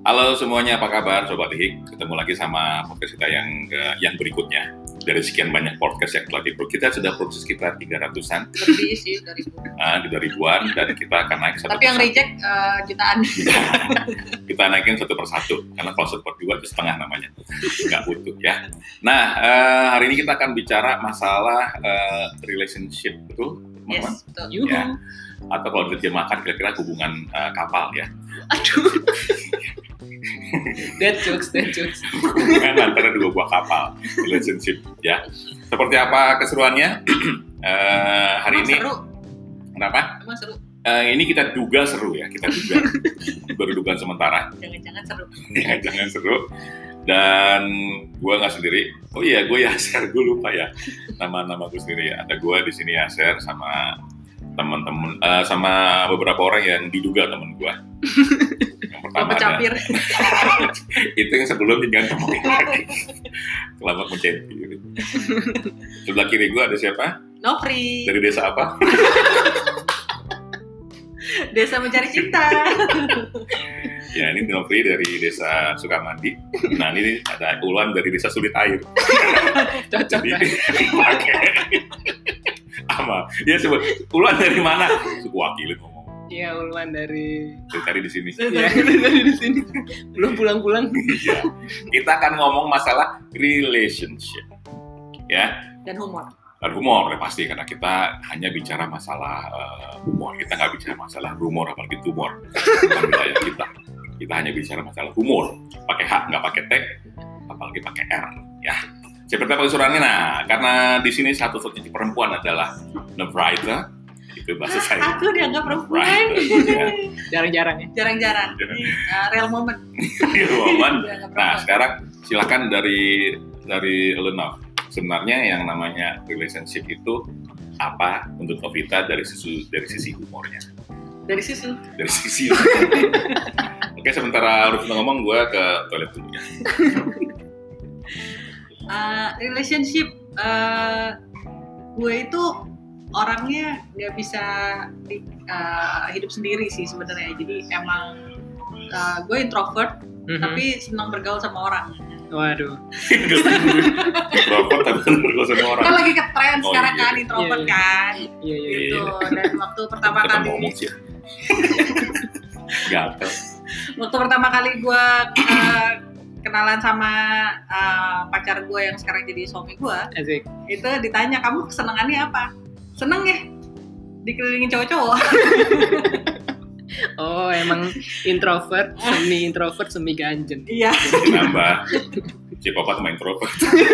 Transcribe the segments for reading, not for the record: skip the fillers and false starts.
Halo semuanya, apa kabar Sobat Hik? Ketemu lagi sama podcast kita yang berikutnya. Dari sekian banyak podcast yang telah kita sudah produksi sekitar 300-an. Lebih sih, 2000. Di 2000-an, dan kita akan naik satu Tapi yang reject jutaan. Kita naikin satu persatu, karena kalau satu per dua itu setengah namanya. Nggak butuh ya. Nah, hari ini kita akan bicara masalah relationship, betul? Yes, betul. Ya. Atau kalau diterjemahkan kira-kira hubungan kapal ya. Aduh. That jokes. Hubungan antara dua buah kapal, relationship ya. Seperti apa keseruannya hari ini? Seru. Kenapa? Emang seru. Ini kita duga seru ya, kita duga. Baru dugaan sementara. Jangan-jangan seru. Jangan seru. Dan gue nggak sendiri. Oh iya, gue Yaser. Gue lupa ya nama gue sendiri ya. Ada gue di sini Yaser sama teman-teman, sama beberapa orang yang diduga teman gue. Yang pertama Capir. Itu yang sebelum jangan ngomongin lagi. Selamat menceti. Sebelah kiri gue ada siapa? Nofri. Dari desa apa? Desa Mencari Cinta. Ya, ini Nofri dari desa Sukamandi. Nah, ini ada Ulan dari desa Sulit Air. Cocok. Ama, ya sebut Ulan dari mana? Suku wakilin ngomong. Iya, Ulwan dari Dari di sini. Iya, dari di sini. Belum pulang-pulang. Iya. Kita akan ngomong masalah relationship. Ya. Dan humor. Dan humor ya pasti, karena kita hanya bicara masalah humor. Kita nggak bicara masalah rumor, apalagi tumor. Bukan wilayah kita. Kita hanya bicara masalah humor. Pakai H, nggak pakai T, apalagi pakai R. Ya. Seperti apa usurannya? Nah, karena di sini satu-satunya perempuan adalah the writer. Itu bahasa saya. Aku dianggap perempuan. Ya. Jarang-jarang ya. Jarang-jarang. Ini real moment. Nah, sekarang silakan dari Lenov. Sebenarnya yang namanya relationship itu apa untuk Novita dari sisi humornya? Dari situ. Dari sisi. Oke, sementara Rufina ngomong, gue ke toilet dulu ya. Relationship, gue itu orangnya nggak bisa hidup sendiri sih sebenarnya. Jadi emang gue introvert, tapi senang bergaul sama orang. Waduh. Introvert tapi bergaul sama orang. Kan lagi ke tren sekarang iya. kan introvert Iya. kan. Iya. Gitu. Dan waktu pertama Kita kali, ngomong sih. Gatel. waktu pertama kali gue kenalan sama pacar gue yang sekarang jadi suami gue, Asik. itu ditanya, kamu kesenangannya apa? Seneng ya dikelilingin cowok-cowok. Oh, emang introvert, semi ganjen. Iya. Nambah. Psikopat main introvert.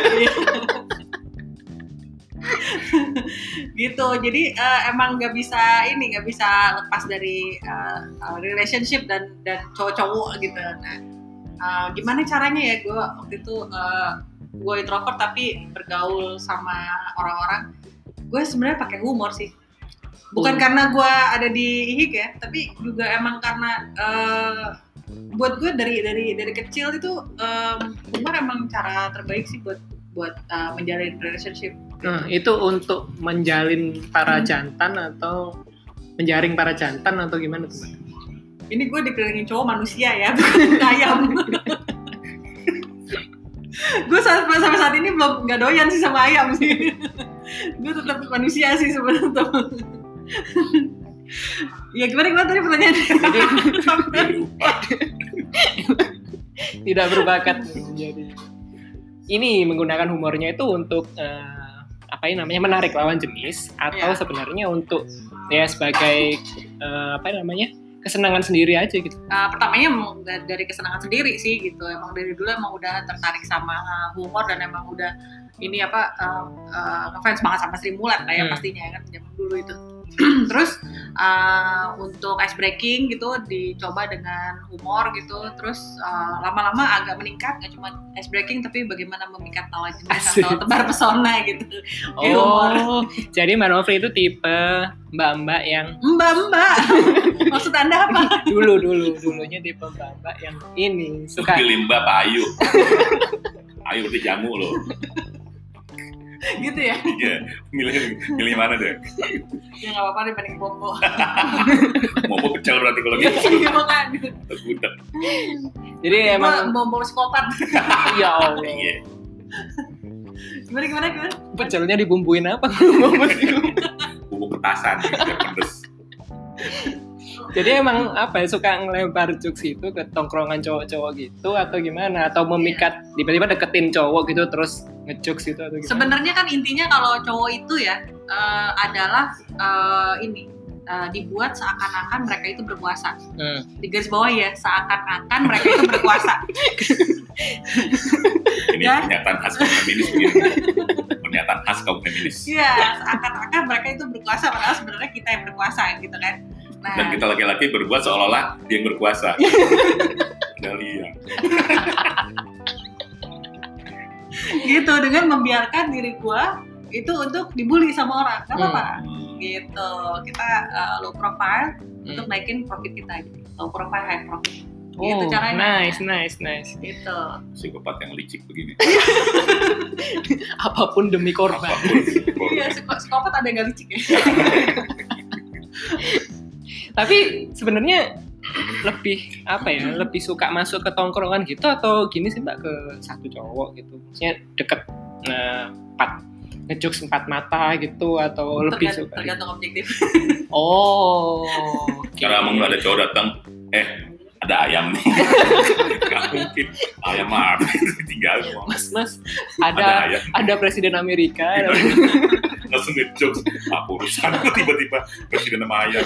Gitu. Jadi emang nggak bisa lepas dari relationship dan cowok-cowok gitu. Nah, gimana caranya ya gue waktu itu gue introvert tapi bergaul sama orang-orang. Gue sebenarnya pakai humor sih. Bukan karena gue ada di IHIK ya, tapi juga emang karena buat gue dari kecil itu humor emang cara terbaik sih buat menjalin relationship. Nah, itu untuk menjalin para jantan atau menjaring para jantan atau gimana tuh? Ini gue dikelilingin cowok manusia ya, bukan ayam. Gue sampai saat ini belum nggak doyan sih sama ayam sih. Gue tetap manusia sih sebenarnya. Ya gimana tadi pertanyaannya? Tidak berbakat menjadi. Ini menggunakan humornya itu untuk menarik lawan jenis atau sebenarnya untuk ya sebagai kesenangan sendiri aja gitu. Pertamanya emang dari kesenangan sendiri sih gitu. Emang dari dulu emang udah tertarik sama humor dan emang udah ngefans banget sama Sri Mulat lah ya pastinya kan zaman dulu itu. Terus untuk ice breaking gitu dicoba dengan humor gitu. Terus lama-lama agak meningkat, nggak cuma ice breaking tapi bagaimana memikat lawan jenis atau tebar pesona gitu. Oh, jadi Mbak Nofri itu tipe mbak-mbak yang mbak. Maksud Anda apa? dulunya tipe mbak-mbak yang ini suka pilih Mbak Ayu. Ayu berarti jamu loh. Gitu ya. Iya, milih mana deh? Ya nggak apa-apa dibanding Bobo. Mau pecel berarti kalau gitu. Iya makan. Terbudak. Jadi emang Bobo psikopat. ya Allah. Iya. Gimana? Pecelnya dibumbuin apa? Bumbu petasan biar pedes. Jadi emang apa ya, suka ngelempar jokes itu ke tongkrongan cowok-cowok gitu atau gimana? Atau memikat tiba-tiba deketin cowok gitu terus ngejokes gitu atau gimana? Sebenarnya kan intinya kalau cowok itu ya adalah dibuat seakan-akan mereka itu berkuasa. Di garis bawah ya, seakan-akan mereka itu berkuasa. Ini Ya. pernyataan khas kaum feminis begini. Pernyataan khas kaum feminis. Iya, seakan-akan mereka itu berkuasa padahal sebenarnya kita yang berkuasa gitu kan. Nah, Dan kita laki-laki berbuat seolah-olah dia yang berkuasa. Dahlia. gitu dengan membiarkan diri gua itu untuk dibully sama orang. Gak apa-apa. Gitu. Kita low profile untuk naikin profit kita gitu. Low profile high profit. Gitu caranya. Nice. Gitu. Psikopat yang licik begini. Apapun demi korban. Apapun. Iya, psikopat ada yang gak licik ya. Tapi sebenarnya lebih apa ya? Lebih suka masuk ke tongkrongan gitu atau gini sih Mbak, ke satu cowok gitu. Maksudnya deket ngejokes 4 mata gitu atau lebih suka? Tergantung objektif. Oh. Karena emang ada cowok datang, ada ayam nih. Gak mungkin. Ayam mah tinggal semua. Mas, Ada ayam. ada presiden Amerika. Langsung ngejokes. Apa urusan tiba-tiba presiden sama ayam.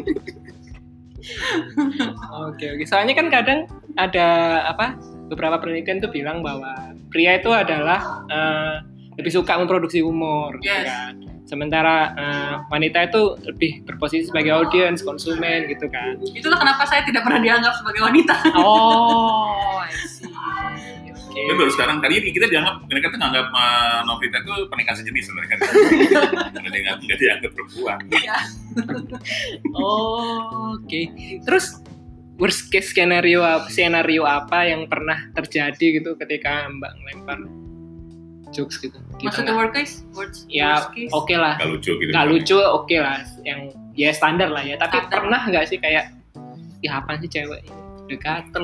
Oke. Soalnya kan kadang ada beberapa penelitian tuh bilang bahwa pria itu adalah lebih suka memproduksi humor, gitu Yes. kan. Sementara wanita itu lebih berposisi sebagai audiens, konsumen, gitu kan. Itulah kenapa saya tidak pernah dianggap sebagai wanita. Oh, I see. Oke. Tapi baru sekarang tadi kita mereka tuh nganggap Novita itu pernikahan sejenis sebenarnya kan. Karena dia dianggap perempuan. Iya. Oh, oke. Terus worst case scenario apa yang pernah terjadi gitu ketika Mbak ngelempar jokes gitu? Maksudnya Ya, oke lah. Gak lucu gitu. Gak lucu, oke lah. Yang ya standar lah ya. Tapi Standar. pernah nggak sih kayak, ya apa sih cewek ini? Udah gatel.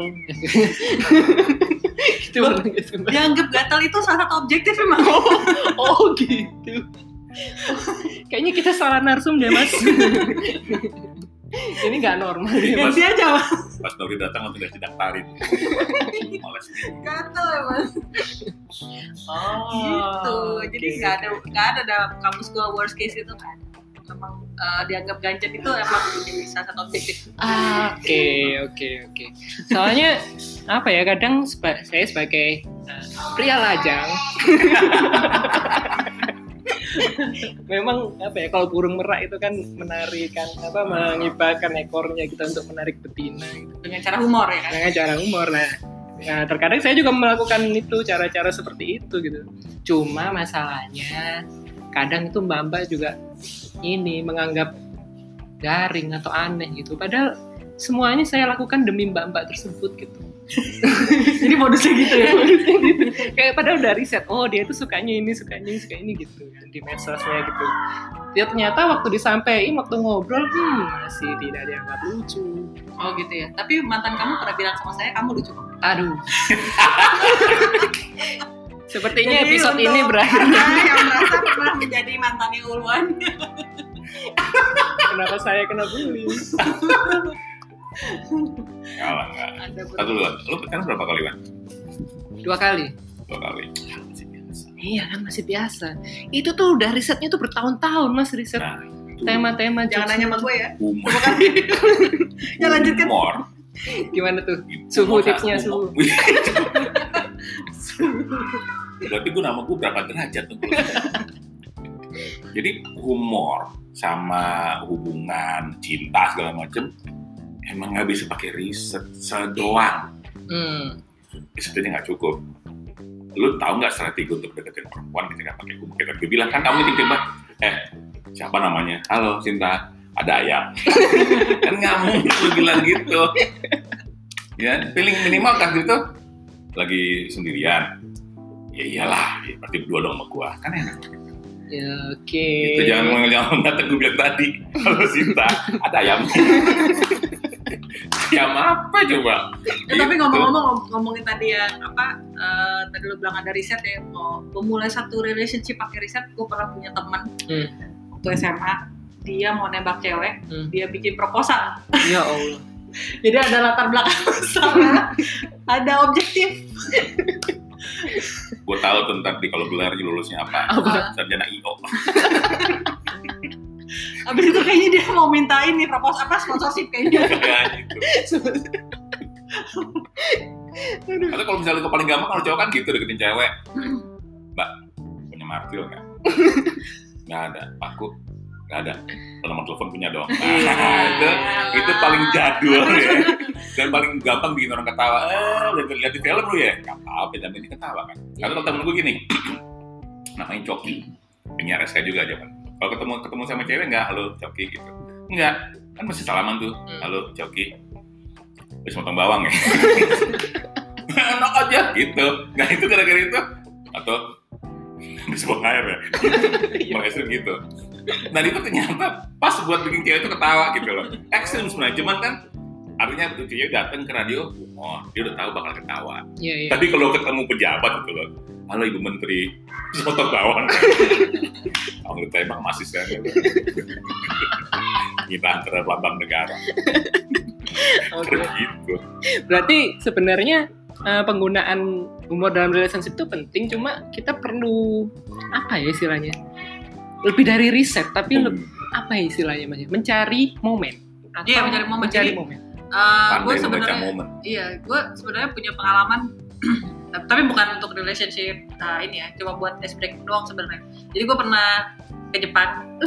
Itu pernah nggak sih Mbak? Dianggap gatal itu salah satu objektif memang. Oh gitu. Kayaknya kita salah narsum deh Mas. Ini nggak normal deh Mas. Ganti aja Mas. Pas Nori datang langsung dia daftarin. Males. Gatal ya Mas. Oh, Gitu. Jadi oke, nggak oke. ada dalam kamus gue worst case itu kan. Memang dianggap ganjat itu emang jadi salah satu objektif. Oke. Soalnya apa ya, kadang saya sebagai pria lajang memang apa ya, kalau burung merak itu kan mengibarkan ekornya kita untuk menarik betina gitu. Dengan cara humor ya kan. Dengan cara humor. Nah, terkadang saya juga melakukan itu, cara-cara seperti itu gitu. Cuma masalahnya kadang itu mbak-mbak juga ini menganggap garing atau aneh gitu. Padahal semuanya saya lakukan demi mbak-mbak tersebut gitu. Jadi modusnya gitu ya. Kayak padahal udah riset, oh dia tuh sukanya ini gitu kan, di medsosnya gitu. Ya ternyata waktu disampein, waktu ngobrol, masih tidak dianggap lucu. Oh gitu ya. Tapi mantan kamu pernah bilang sama saya kamu lucu. Aduh. Sepertinya Jadi episode untuk ini berakhir. Anda yang merasa pernah menjadi mantannya Ulwan. Kenapa saya kena bully? Kalah enggak. Satu dulu. Lu pacaran berapa kali, Wan? 2 kali. 2 kali. Masih biasa. Iya kan, masih biasa. Itu tuh udah risetnya tuh bertahun-tahun Mas, riset Nah, itu tema-tema. Jangan jokes. nanya sama gue ya. humor. Ya lanjutkan. Humor. Gimana tuh? Suhu, tipsnya suhu. Berarti nama gue berapa derajat tuh? Jadi humor sama hubungan, cinta segala macem emang nggak bisa pakai riset sedoang. Risetnya nggak cukup. Lu tahu nggak strategi untuk deketin perempuan ketika pakai humor? Kita bilang kan kamu tiba-tiba, siapa namanya? Halo Cinta, ada ayam. Kan nggak mungkin lu bilang gitu. Ya, feeling minimal kan gitu. Lagi sendirian. Ya iyalah, berarti berdua dong sama gua. Kan enak. Ya, oke. Itu jangan datang gue bilang tadi. Halo Sinta, ada ayam. Ayam apa coba? Ya, tapi ngomongin tadi yang apa? Tadi lu bilang ada riset ya. Mau memulai satu relationship pakai riset. Gue pernah punya teman waktu SMA. Dia mau nembak cewek. Dia bikin proposal. Ya Allah. Jadi ada latar belakang sama ada objektif. Gue tahu tuh ntar kalau gelar lulusnya apa? Sarjana IO. Abis itu kayaknya dia mau minta ini proposal apa sponsorship kayaknya. Gitu. Atau kalau misalnya paling gampang kalau cowok kan gitu deketin cewek. Mbak, punya martil nggak? Nggak ada. Aku nggak ada. Kalau nomor telepon punya dong. Nah, itu paling jadul ya. Dan paling gampang bikin orang ketawa. Lihat di film lu ya? Nggak apa-apa, jangan ini ketawa kan. Atau kalau temen gue gini, namanya Coki. Penyiar SK juga aja kan. Kalau ketemu sama cewek nggak, halo Coki gitu. Nggak, kan masih salaman tuh. Halo Coki. Terus motong bawang ya. Enak aja gitu. Nah itu gara-gara itu. Atau habis buang air ya. Mau ekstrim gitu. Nah itu ternyata pas buat bikin cewek itu ketawa gitu loh. Ekstrim sebenarnya, cuman kan artinya cewek datang ke radio, dia udah tahu bakal ketawa. Iya. Tapi kalau ketemu pejabat gitu loh, halo Ibu Menteri, terus potong bawang. Kalau kita emang masih serius. Kita antara lambang negara. Gitu. Berarti sebenarnya penggunaan humor dalam relationship itu penting, cuma kita perlu apa ya istilahnya? Lebih dari riset, tapi apa ya istilahnya Mas? Mencari momen. Iya, mencari momen. Gue sebenarnya, gue sebenarnya punya pengalaman, tapi bukan untuk relationship ini ya, cuma buat ice break doang sebenarnya. Jadi gue pernah ke Jepang.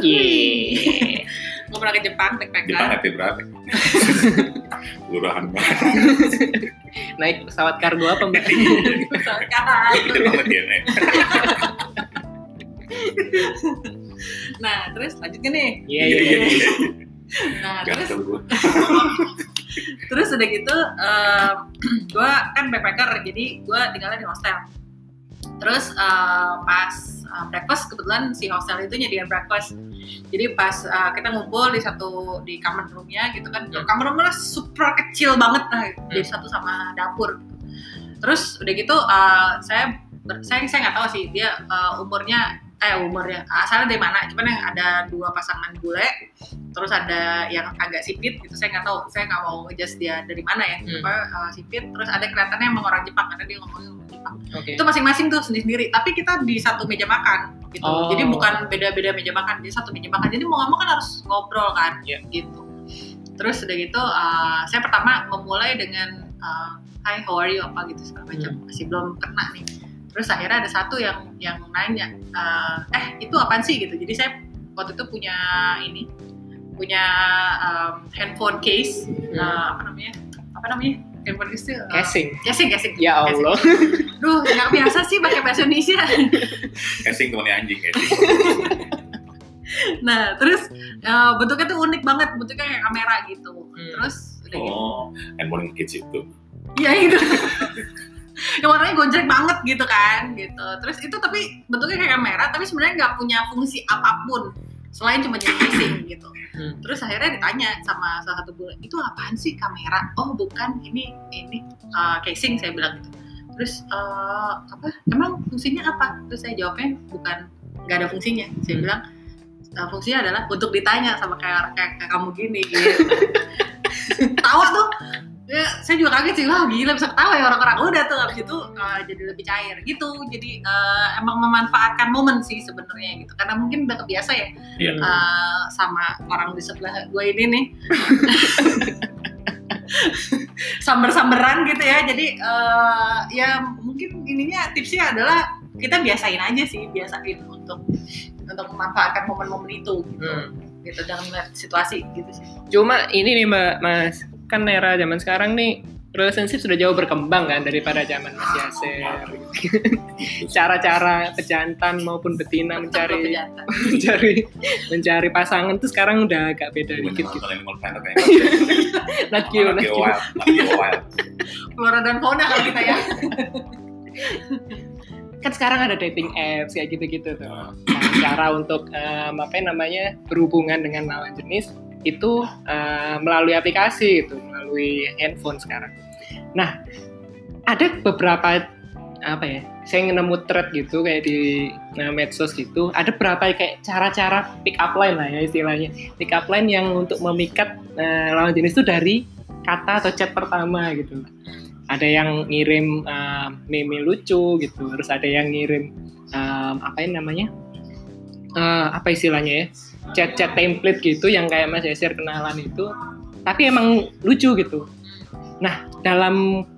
Gue pernah ke Jepang, backpacker. Jepang hati berapa? Lurahan banget. Naik pesawat kargo apa Mbak? Pesawat kargo. Jepang lagi ya. Nah, terus lanjut ke nih. Iya. Nah, terus udah gitu, gue kan backpacker, jadi gue tinggalnya di hostel. Terus pas breakfast, kebetulan si hostel itu nyediain breakfast. Jadi pas kita ngumpul di kamar roomnya gitu kan, kamar roomnya super kecil banget lah, jadi satu sama dapur. Terus udah gitu, saya nggak tahu sih dia umurnya asalnya dari mana, cuman yang ada 2 pasangan bule, terus ada yang agak sipit gitu, saya nggak tahu, saya nggak mau ngejudge dia dari mana ya, sipit, terus ada kelihatannya emang orang Jepang karena dia ngomongnya orang Jepang. Itu masing-masing tuh sendiri-sendiri, tapi kita di satu meja makan gitu, jadi bukan beda-beda meja makan, di satu meja makan, jadi mau nggak mau kan harus ngobrol kan, gitu. Terus udah gitu, saya pertama memulai dengan hi how are you apa gitu segala macam, masih belum kena nih. Terus akhirnya ada satu yang nanya, itu apaan sih gitu. Jadi saya waktu itu punya handphone case, apa namanya? Handphone case itu casing. Ya Allah. Duh, nggak biasa sih pakai bahasa Indonesia. Casing temannya anjing casing. Nah, terus bentuknya tuh unik banget, bentuknya kayak kamera gitu. Terus udah gitu. Handphone kids itu. Iya itu. Yang warnanya gonjreng banget gitu kan, gitu. Terus itu tapi bentuknya kayak kamera, tapi sebenarnya nggak punya fungsi apapun selain cuma jadi casing gitu. Terus akhirnya ditanya sama salah satu bule, itu apaan sih kamera? Oh bukan, ini casing, saya bilang gitu. Terus apa? Emang fungsinya apa? Terus saya jawabnya bukan, nggak ada fungsinya. Saya bilang fungsinya adalah untuk ditanya sama kayak kamu gini gitu. Tawa tuh. Ya, saya juga kaget sih, wah gila bisa ketawa ya orang-orang. Udah tuh abis itu jadi lebih cair gitu. Jadi emang memanfaatkan momen sih sebenarnya gitu. Karena mungkin udah kebiasa ya sama orang di sebelah gue ini nih. Samber-samberan gitu ya. Jadi ya mungkin ininya tipsnya adalah kita biasain aja sih, untuk memanfaatkan momen-momen itu gitu. Gitu dalam situasi gitu sih. Cuma ini nih Mbak Mas, kan era zaman sekarang nih relationship sudah jauh berkembang kan daripada zaman Mas Yasser. Cara-cara pejantan maupun betina mencari pasangan tuh sekarang udah agak beda dikit gitu. Not you. Flora dan fauna kalau kita ya. Kan sekarang ada dating apps kayak gitu-gitu tuh. cara untuk berhubungan dengan lawan jenis itu melalui aplikasi gitu, melalui handphone sekarang. Nah, ada beberapa saya nemu thread gitu kayak di medsos gitu, ada beberapa kayak cara-cara pick up line lah ya istilahnya, pick up line yang untuk memikat lawan jenis itu dari kata atau chat pertama gitu. Ada yang ngirim meme lucu gitu, terus ada yang ngirim apa istilahnya ya, chat-chat template gitu yang kayak Mas Yasir kenalan itu, tapi emang lucu gitu. Nah, dalam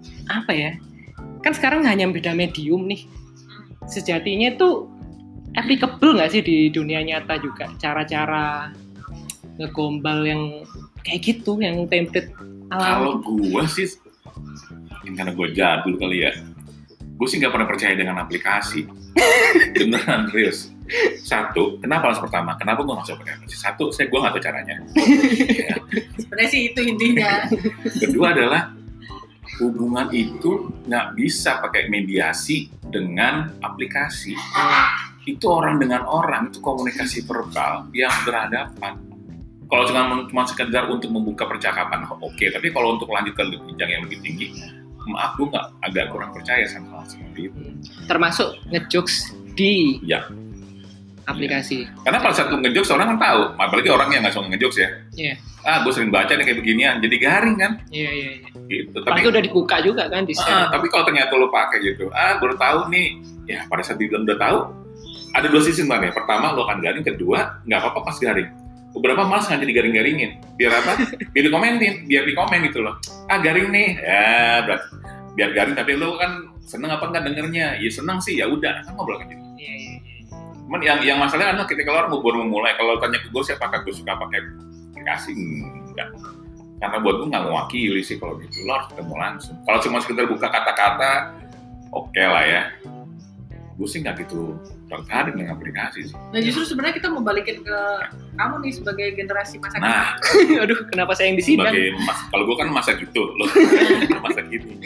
kan sekarang hanya beda medium nih. Sejatinya itu applicable nggak sih di dunia nyata juga cara-cara ngegombal yang kayak gitu, yang template Kalau gue sih, karena gue jadul kali ya, gue sih nggak pernah percaya dengan aplikasi. Beneran, serius. Satu, kenapa harus pertama? Kenapa gue nggak coba pakai aplikasi? Satu, gue nggak tahu caranya. Ya. Sebenarnya sih itu intinya. Kedua adalah hubungan itu nggak bisa pakai mediasi dengan aplikasi. Itu orang dengan orang, itu komunikasi verbal yang berhadapan. Kalau cuma sekedar untuk membuka percakapan, oke. Tapi kalau untuk lanjut ke jenjang yang lebih tinggi, maaf, gue agak kurang percaya sama hal seperti itu. Termasuk ngejokes di aplikasi. Karena pada saat ngejokes orang kan tahu, apalagi orang yang nggak suka ngejokes ya. Iya. Gue sering baca nih kayak beginian, jadi garing kan. Iya. Gitu. Tapi udah dibuka juga kan di share. Tapi kalau ternyata lo pakai gitu, gue udah tahu nih. Ya pada saat dia udah tahu, ada dua sisi sebenarnya. Pertama lo akan garing, kedua nggak apa-apa pas garing. Beberapa malas nggak jadi garing-garingin. Biar apa? Biar dikomen gitu loh. Garing nih. Ya berarti biar garing, tapi lo kan seneng apa nggak dengernya? Ya seneng sih, ya udah. Kan ngobrol kan gitu. Iya. Cuman yang masalahnya adalah ketika orang baru memulai, kalau tanya ke gue siapakah gue suka pakai aplikasi, enggak. Karena buat gue nggak mewakili sih kalau gitu, lo harus ketemu langsung. Kalau cuma sekedar buka kata-kata, oke lah ya. Gue sih nggak gitu tertarik dengan aplikasi sih. Nah justru sebenarnya kita mau balikin ke kamu nih sebagai generasi masa kini. Aduh, kenapa saya yang disidang? Kalau gue kan masa gitu, lo masa gini.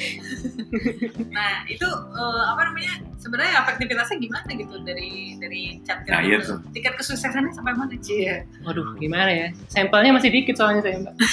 Nah itu sebenarnya efektivitasnya gimana gitu dari chat ke tingkat kesuksesannya sampai mana sih? Waduh, gimana ya? Sampelnya masih dikit soalnya saya, Mbak.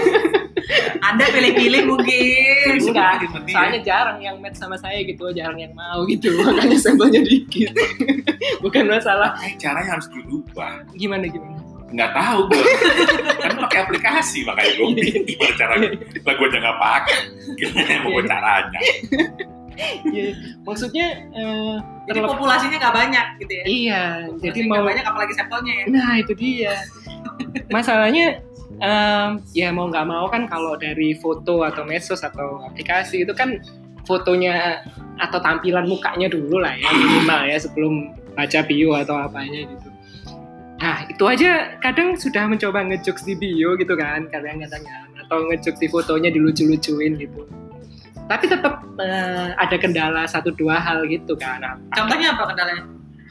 Anda pilih-pilih mungkin. Enggak, soalnya jarang yang match sama saya gitu, jarang yang mau gitu, makanya sampelnya dikit. Bukan masalah. Caranya harus dirubah. Gimana? Nggak tahu gue. Kan pakai aplikasi, makanya gue gimana caranya. Lah gue aja nggak pakai. Gimana mau caranya? Iya, maksudnya jadi populasinya nggak banyak gitu ya? Iya, jadi mau banyak apalagi sampelnya ya? Nah itu dia. Masalahnya ya mau nggak mau kan kalau dari foto atau medsos atau aplikasi itu kan fotonya atau tampilan mukanya dulu lah ya minimal ya sebelum baca bio atau apanya gitu. Nah itu aja kadang sudah mencoba ngejokes di bio gitu kan kadang-kadang atau ngejokes di fotonya dilucu-lucuin gitu. Tapi tetap ada kendala 1-2 hal gitu kan. Contohnya apa kendalanya?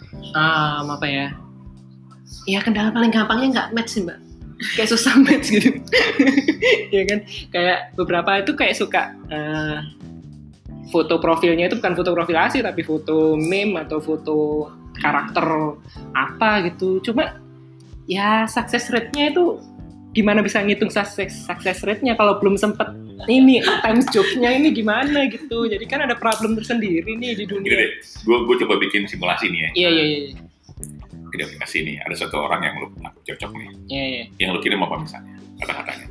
Ya kendala paling gampangnya nggak match sih Mbak. Kayak susah match gitu. Ya kan kayak beberapa itu kayak suka foto profilnya itu bukan foto profil asli tapi foto meme atau foto karakter apa gitu. Cuma ya success rate-nya itu gimana bisa ngitung success rate-nya kalau belum sempet ini times joke-nya ini gimana gitu. Jadi kan ada problem tersendiri nih di dunia. Gini deh, gue coba bikin simulasi nih ya. Iya. Di aplikasi ini ada satu orang yang lu cocok nih. Iya. Yang lu kirim apa misalnya? Kata-katanya.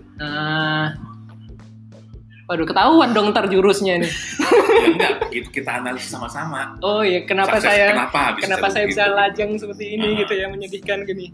Waduh, ketahuan dong ntar jurusnya nih. Ya enggak, kita analisis sama-sama. Oh iya, kenapa saya bisa lajang seperti ini gitu ya, menyedihkan gini.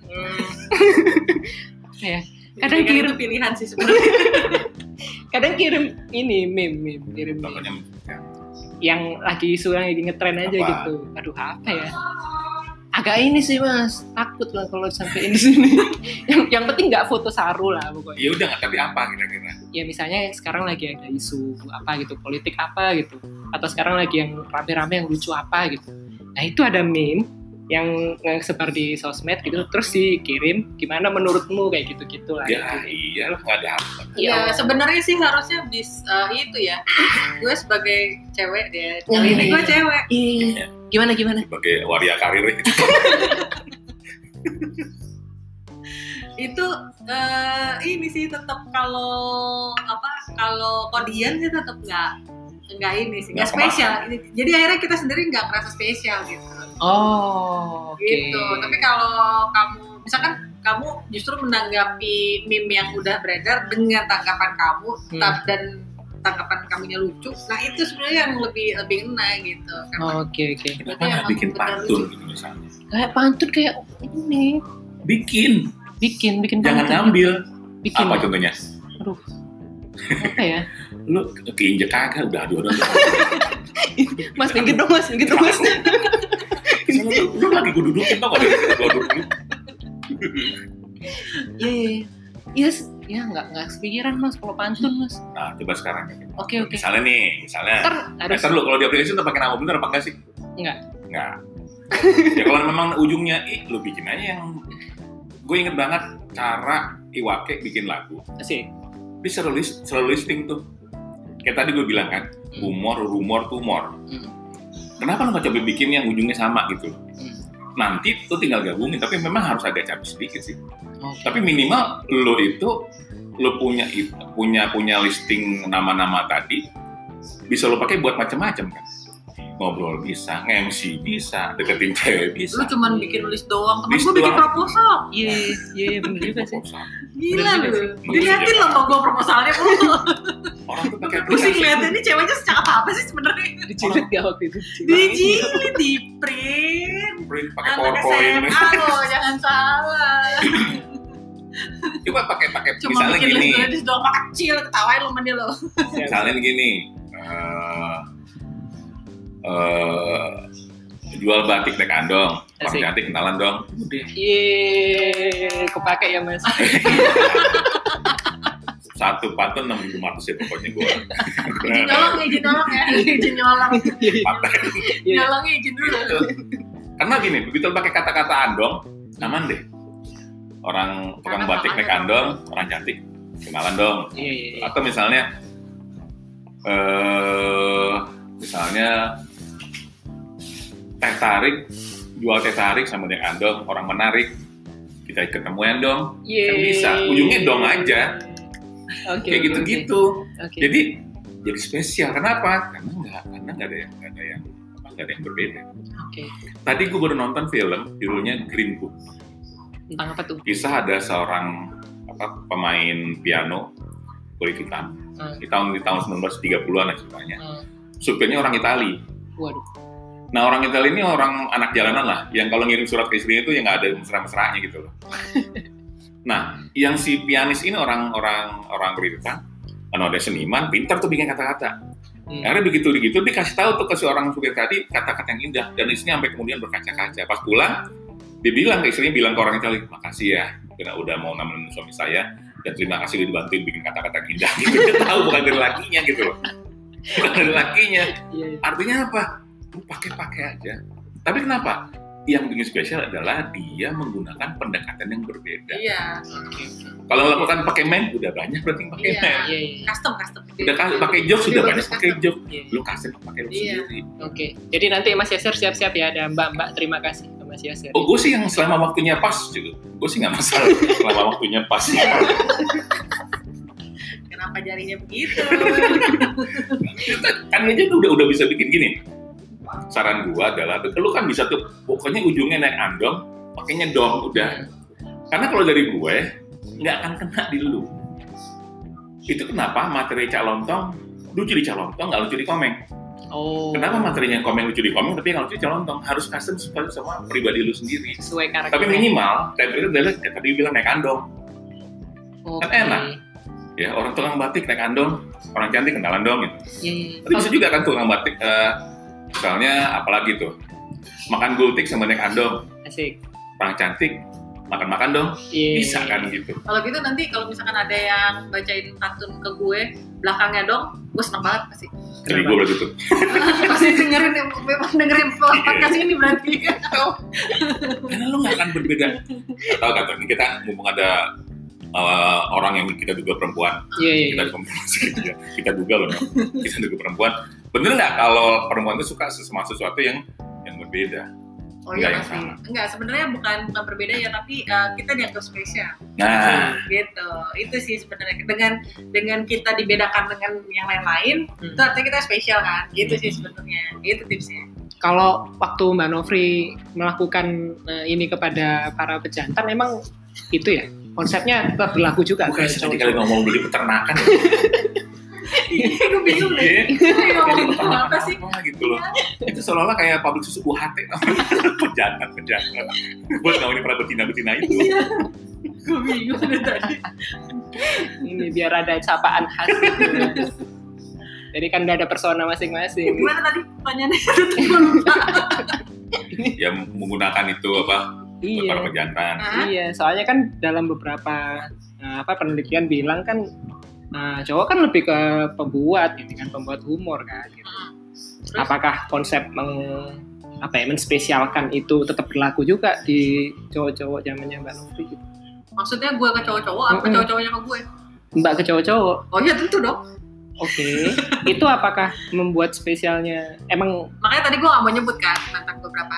Ya, kadang kirim pilihan sih sebenarnya. Kadang kirim ini meme. Yang lagi isu yang lagi ngetren aja apa? Gitu. Aduh, apa ya? Agak ini sih Mas, takut lah kalau sampai di sini. yang penting nggak foto saru lah pokoknya. Ya udah nggak, tapi apa kira-kira? Ya misalnya sekarang lagi ada isu apa gitu, politik apa gitu, atau sekarang lagi yang rame-rame yang lucu apa gitu. Nah itu ada meme yang sebar di sosmed gitu, terus dikirim, gimana menurutmu kayak gitu-gitu lah. Ya iyalah nggak ada apa. Ya sebenarnya sih harusnya itu ya. Gue sebagai cewek dia, ini gue cewek. Iya. Gimana? Sebagai waria karir gitu. Itu ini sih tetap kalau kodian sih tetap nggak ini sih, nggak Nggak kemasan. spesial. Jadi akhirnya kita sendiri nggak merasa spesial gitu. Oh, oke. Gitu. Tapi kalau kamu misalkan kamu justru menanggapi meme yang udah beredar dengan tanggapan kamu dan tanggapan kamunya lucu, nah itu sebenarnya yang lebih ngena gitu. Oh, oke. Kenapa nggak bikin pantun gitu misalnya? Kayak pantun kayak ini. Bikin. Bikin Jangan pantun. ngambil. Bikin. Apa contohnya? Aduh. Apa ya? Lu keinjek kagak udah aduh. Mas, minggir dong mas. Lu lagi gue dudukin tau gak dia gue dudukin. Iya. Yes, ya nggak kepikiran mas kalau pantun mas. Nah coba sekarang. Oke. Misalnya Ntar harus lu kalau di aplikasi udah pakai nama bener apa enggak sih? Enggak. Ya kalau memang ujungnya lu bikin aja yang gue inget banget cara Iwake bikin lagu. Asik. Dia selalu listing tuh. Kayak tadi gue bilang kan, rumor, tumor. Kenapa lu gak coba bikin yang ujungnya sama gitu? Nanti tuh tinggal gabungin, tapi memang harus ada campur sedikit sih. Okay. Tapi minimal lu punya listing nama-nama tadi bisa lu pakai buat macam-macam kan. Ngobrol bisa, nge-MC bisa, deketin cewek bisa. Lu cuman bikin list doang, temen List gue bikin doang. proposal. Iya bener juga sih. Gila Bener juga lu. Diliatin loh mau gue proposalnya. Orang tuh pakai Pusing aplikasi. liatin ini ceweknya secakap apa sih sebenarnya. Dijilid gak waktu itu? Dijilid, di print. Print pakai Anak PowerPoint. SMA loh, jangan salah. Coba pakai Cuma misalnya bikin gini. list doang kecil, ketawain lo sama dia lo. Misalnya gini. Jual batik naik andong. Orang Asik. cantik kenalan dong. Udah. Yeay, kepake ya mas. Satu pantun 6.500 ya pokoknya gue. Izin nyolong ya. Izin nyolong. Patah. Nyolongnya izin dulu. Gitu. Karena gini, begitu lu pakai kata-kata andong, aman deh. Orang tukang Karena batik naik makanya andong, orang cantik kenalan dong. Iya. Atau misalnya teh tarik, jual teh tarik sama naik andong, orang menarik, kita ketemuan dong. Kan bisa, ujungnya dong aja. Oke. Kayak gitu-gitu. Oke. Jadi spesial. Kenapa? Karena nggak ada yang berbeda. Oke. Tadi gue baru nonton film judulnya Green Book. Tentang apa tuh? Kisah ada seorang pemain piano kulit hitam di tahun 1930-an ceritanya. Supirnya orang Itali. Waduh. Nah orang Itali ini orang anak jalanan lah, yang kalau ngirim surat ke istrinya itu yang nggak ada mesra-mesranya gitu loh. Nah, yang si pianis ini orang kulit hitam, karena ada seniman, pintar tuh bikin kata-kata. Akhirnya begitu dikasih tahu tuh ke si orang supir tadi kata-kata yang indah, dan istrinya sampai kemudian berkaca-kaca. Pas pulang, dia bilang ke istrinya, bilang ke orang Itali, makasih ya, karena udah mau nemenin suami saya, dan terima kasih udah dibantuin bikin kata-kata yang indah. Gitu. Dia tahu bukan dari lakinya gitu loh. Bukan dari lakinya. Artinya apa? Lu pakai aja. Tapi kenapa? Yang bikin spesial adalah dia menggunakan pendekatan yang berbeda. Iya. Kalau melakukan pakai meme, udah banyak berarti yang pakai meme. Iya. Custom. Udah pakai jokes, sudah banyak pakai Custom. joke. Iya. Lu kasih pakai lu Iya. sendiri. Oke. Jadi nanti Mas Yaser siap-siap ya, ada Mbak. Terima kasih ke Mas Yaser. Oh, gue sih yang selama waktunya pas gitu. Gue sih nggak masalah selama waktunya pas. Kenapa jarinya begitu? Kan aja udah bisa bikin gini. Saran gue adalah, lu kan bisa tuh, pokoknya ujungnya naik andong, pakainya dong, udah. Karena kalau dari gue, nggak akan kena di lu. Itu kenapa materi Cak Lontong lucu di Cak Lontong, nggak lucu di Komeng. Oh. Kenapa materinya Komeng lucu di Komeng, tapi yang lucu di Cak Lontong? Harus custom sama pribadi lu sendiri. Sesuai karakter. Tapi minimal, template adalah kayak tadi bilang naik andong. Kan enak. Ya, orang tukang batik naik andong, orang cantik kenalan dong gitu. Iya. Tapi bisa juga kan tukang batik, misalnya apalagi tuh, makan gultik sama naik andong, Asik. orang cantik makan-makan dong, Iya. bisa kan gitu. Kalau gitu nanti kalau misalkan ada yang bacain pantun ke gue belakangnya dong, gue seneng banget pasti. Jadi gue berarti tuh, Pasti dengerin podcast ini berarti. karena lu nggak akan berbeda. Gak tau kata, ini kita mumpung ada orang yang kita duga perempuan, Iya. kita konfirmasi gitu ya. Kita duga loh, kita duga perempuan. Bener nggak kalau perempuan itu suka sama sesuatu yang berbeda? Oh Nggak iya yang pasti. sama. Enggak, sebenarnya bukan berbeda ya, tapi kita dianggap spesial. Nah, Gitu. Itu sih sebenarnya dengan kita dibedakan dengan yang lain-lain, itu artinya kita spesial kan. Gitu sih sebenarnya. Itu tipsnya. Kalau waktu Mbak Novri melakukan ini kepada para pejantan, memang itu ya konsepnya tetap berlaku juga bukan ke tadi cowok. kali ngomong di peternakan. Iya, gue bingung deh. Ini ngomongin apa sih? Gitu loh. Itu seolah-olah kayak pabrik susu UHT. Pejantan. Buat ngomongin para betina-betina itu. Iya. Gue bingung dari tadi. Ini biar ada sapaan khas gitu. Jadi kan udah ada persona masing-masing. Gimana tadi pertanyaannya? Gue lupa. Ya menggunakan itu apa? Buat para Iya. pejantan. Iya, soalnya kan dalam beberapa penelitian bilang kan cowok kan lebih ke pembuat, gitu kan, pembuat humor kan. Gitu. Terus? Apakah konsep menspesialkan itu tetap berlaku juga di cowok-cowok zamannya Mbak Novri? Gitu? Maksudnya gue ke cowok-cowok apa cowok-cowoknya ke gue? Mbak ke cowok-cowok. Oh iya tentu dong. Oke. Itu apakah membuat spesialnya? Emang Makanya tadi gue gak mau nyebut kan mantan beberapa.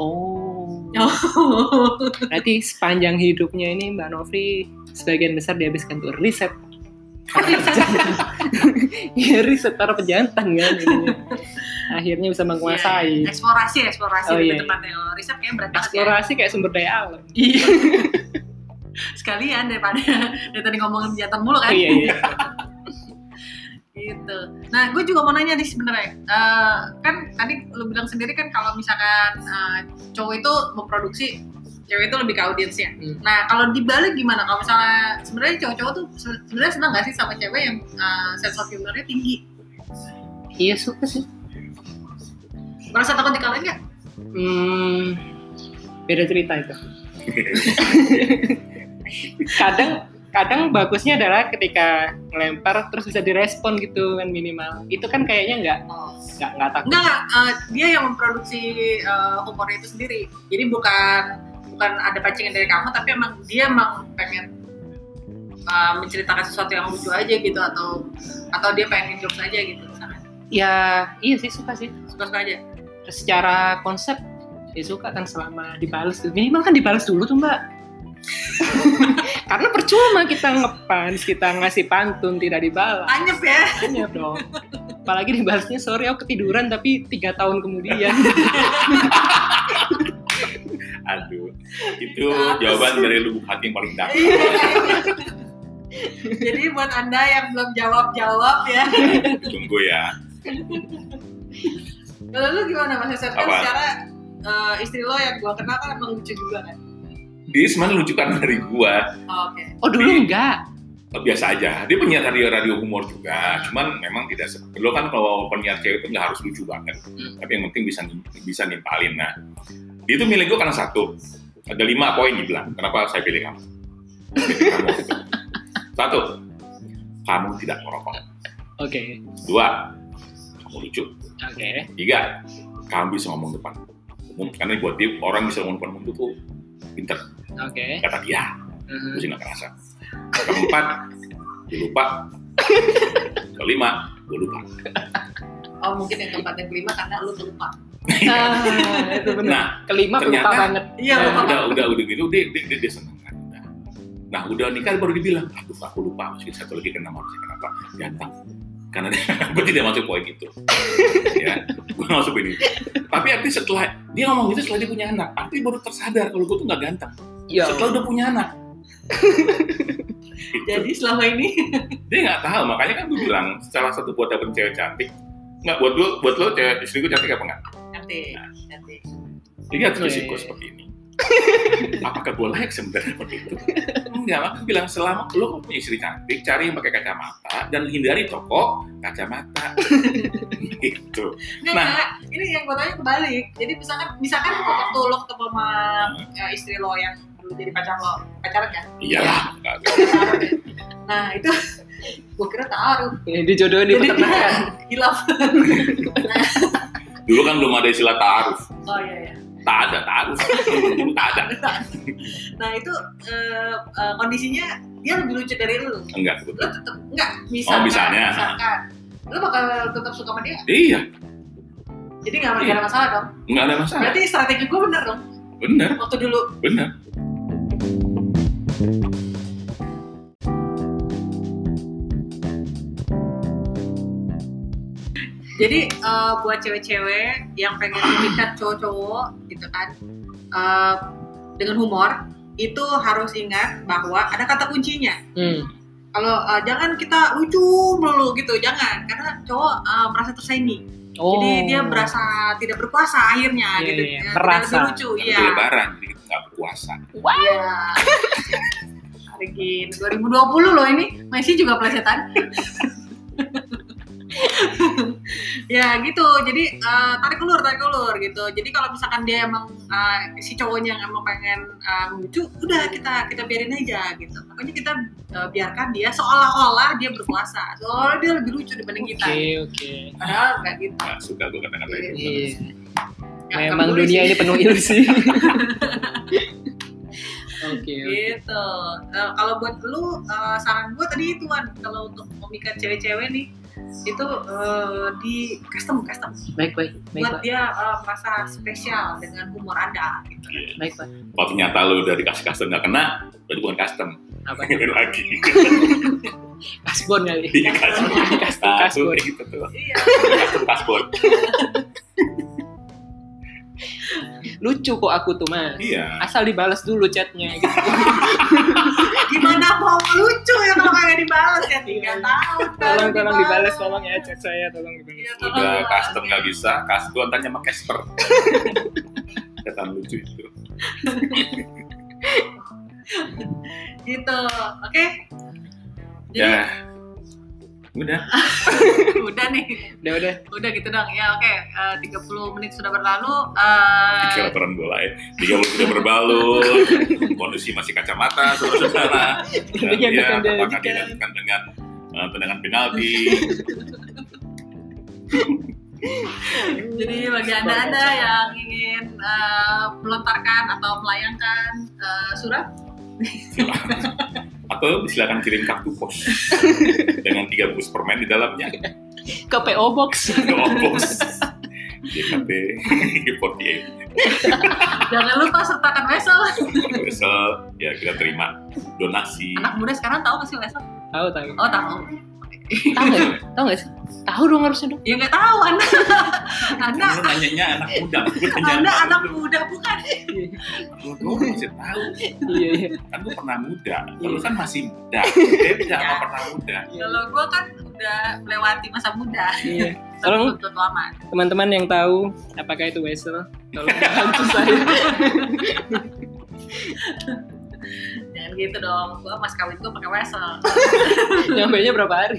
Berarti sepanjang hidupnya ini Mbak Novri sebagian besar dihabiskan untuk riset. Iya, riset para pejantan kan. Ininya. Akhirnya bisa menguasai. Iya, eksplorasi Oh, lebih iya. tepatnya. Riset kayaknya berat banget ya. Eksplorasi kayak sumber daya alam. Iya. Sekalian daripada dari tadi ngomongin jantan mulu kan. Iya. Gitu. Nah, gue juga mau nanya nih sebenarnya. Kan tadi lu bilang sendiri kan kalau misalkan cowok itu memproduksi, cewek itu lebih ke audiensnya. Nah, kalau dibalik gimana? Kalau misalnya sebenarnya cowok-cowok tuh sebenarnya senang nggak sih sama cewek yang sense of humor-nya tinggi? Iya, suka sih. Merasa takut dikalahin nggak? Beda cerita itu. Kadang bagusnya adalah ketika ngelempar terus bisa direspon gitu kan, minimal. Itu kan kayaknya nggak takut. Enggak, dia yang memproduksi humornya itu sendiri. Jadi bukan ada pancingan dari kamu, tapi dia pengen menceritakan sesuatu yang lucu aja gitu, atau dia pengen jokes aja gitu misalnya. Ya, iya sih, suka sih. Suka-suka aja. Terus secara konsep ya suka kan, selama dibales. Minimal kan dibales dulu tuh, Mbak. Karena percuma kita ngepans, kita ngasih pantun tidak dibalas. Anyep ya. Anyep dong. Apalagi dibalasnya sorry aku ketiduran tapi 3 tahun kemudian. Aduh, itu jawaban dari lubuk hati yang paling dalam. Jadi buat Anda yang belum jawab ya. Tunggu ya. Kalau lu gimana Mas Hasan? Kan Apa? secara istri lo yang gua kenal kan emang lucu juga kan? Dia sebenarnya lucu kan dari gua. Oh, oke. Oh dulu enggak. Biasa aja. Dia penyiar radio humor juga. Cuman memang tidak lo kan kalau penyiar cewek itu nggak harus lucu banget. Tapi yang penting bisa nimpalin. Nah, dia itu milih gue karena satu. Ada 5 poin dibilang. Kenapa saya pilih kamu? Pilih kamu gitu. 1, kamu tidak merokok. Oke. 2, kamu lucu. Oke. 3, kamu bisa ngomong depan umum. Karena buat dia orang bisa ngomong depan umum itu tuh pinter. Oke. Kata dia. Gue sih nggak kerasa. 4, gue lupa. 5, gue lupa. Oh mungkin yang keempat yang kelima karena lu lupa. Itu benar. Nah, kelima lupa ternyata- banget. Iya lupa. udah gitu dia seneng kan. Nah udah nikah baru dibilang, aduh aku lupa, masukin satu lagi kenapa ganteng. Karena gue tidak masuk poin itu. Ya, gue masuk poin itu. Tapi artinya setelah dia ngomong gitu, setelah dia punya anak, artinya baru tersadar kalau gue tuh nggak ganteng. Ya. Setelah udah punya anak. Jadi selama ini Dia nggak tahu, makanya kan gue bilang salah satu buat dapet cewek cantik. Nggak, buat lo cewek istri gue cantik apa nggak? nanti. Lihat fisiko seperti ini. Apakah gue layak sebenarnya seperti itu? Enggak, aku bilang selama lo punya istri cantik, cari yang pakai kacamata dan hindari toko kacamata. Gitu. Nah, ini yang gue tanya kebalik. Jadi misalkan waktu lo ketemu sama istri lo yang dulu jadi pacaran kan? Iyalah. Pacaran kan? Nah itu gue kira ta'aruf. Dijodohin di peternakan. Hilaf. Dulu kan belum ada istilah ta'aruf. Oh iya. Tak ada ta'aruf. Dulu tak ada. Nah itu kondisinya dia lebih lucu dari lu. Enggak, Lu betul. tetap enggak Oh, misalnya. misalkan lu bakal tetap suka sama dia nggak? Iya. Jadi nggak ada masalah dong. Nggak ada masalah. Berarti strategi gue bener dong. Bener. Waktu dulu. Bener. Jadi buat cewek-cewek yang pengen memikat cowok-cowok gitu kan, dengan humor itu harus ingat bahwa ada kata kuncinya. Kalau jangan kita lucu melulu gitu, jangan, karena cowok merasa tersaingi. Jadi dia berasa tidak berkuasa akhirnya gitu. Merasa. Tidak lucu, iya. Lebaran jadi kita nggak berkuasa. Iya. Hari gini 2020 loh ini, Messi juga pelesetan. Ya gitu, jadi tarik ulur gitu. Jadi kalau misalkan dia emang si cowoknya yang emang pengen lucu, udah kita biarin aja gitu. Makanya kita biarkan dia seolah-olah dia berkuasa, seolah dia lebih lucu dibanding kita. Oke. Padahal nggak gitu. Nggak suka gue kata-kata itu. Iya. Nggak Memang peduli dunia sih. ini penuh ilusi. Oke. Gitu. Kalau buat lu, saran gue tadi itu kan, kalau untuk memikat cewek-cewek nih, itu di custom Baik. buat dia merasa spesial dengan humor Anda gitu. Iya. Baik, Pak. Kalau ternyata lu dari kasih custom nggak kena, berarti bukan custom. Apa? Ini lagi. Kasbon kali. Iya custom. Kasbon. Gitu tuh. Iya. Custom kasbon. Lucu kok aku tuh, Mas. Iya. Asal dibalas dulu chatnya gitu. Gimana mau lucu ya kalau kagak dibalas ya, 3 tahun. Tolong dibalas, tolong ya chat saya, tolong dibalas. Iya, Udah custom nggak bisa, kasbon tanya sama Casper. Kata lucu itu. Gitu. Oke. Jadi Ya. Udah. udah nih. Udah. Gitu dong. Ya oke. 30 menit sudah berlalu. Tiga laporan bola ya. 30 sudah berbalut. Kondisi masih kacamata, saudara-saudara. Dan Tentunya dia akan apakah dilanjutkan. dilanjutkan dengan tendangan penalti. Jadi bagi anda yang ingin melontarkan atau melayangkan surat, Atau silakan kirim kartu pos dengan 3 bungkus permen di dalamnya. Ke PO Box. Oh, bos. JKT 48. jangan lupa sertakan wesel. Wesel, ya kita terima donasi. Anak muda sekarang tahu nggak sih wesel? Tahu. Oh tahu. Tahu nggak sih? Tahu dong harusnya dong. Ya nggak tahu anda. Lu nanyanya anak muda, gue tanya Anda apa anak lu? muda bukan? Gue masih tahu. Iya. Kan gue pernah muda, lu kan masih muda. Beda sama pernah muda. Kalau gue kan udah melewati masa muda. Iya. Tolong Untuk lama. teman-teman yang tahu apakah itu wesel, tolong bantu saya. Jangan gitu dong. Gue mas kawin gue pakai wesel. Nyampainya berapa hari?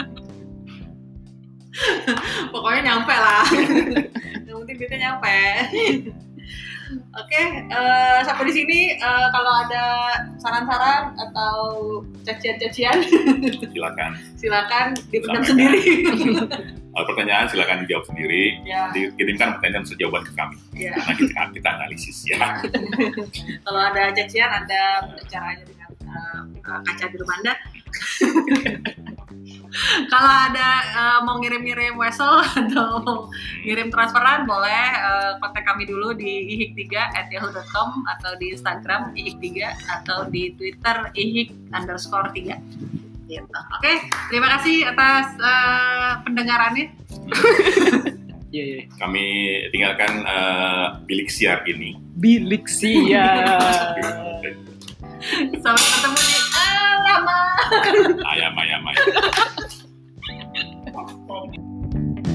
Pokoknya nyampe lah. Yang penting duitnya nyampe. Oke, sampai di sini. Kalau ada saran-saran atau cacian-cacian, silakan dipendam Silakan. sendiri. Pertanyaan silakan dijawab sendiri. Ya, Dikirimkan pertanyaan sejawaban ke kami. ya. Nah, kita analisis ya. Kalau ada cacian, Anda caranya dengan kaca di rumah Anda. Kalau ada mau ngirim-ngirim wesel atau mau ngirim transferan, boleh kontak kami dulu di ihik3@yahoo.com atau di Instagram ihik3 atau di Twitter ihik_3 gitu. Oke, terima kasih atas pendengarannya. Iya. Kami tinggalkan bilik siar ini. Bilik siap. Sampai ketemu di lama. Ayam.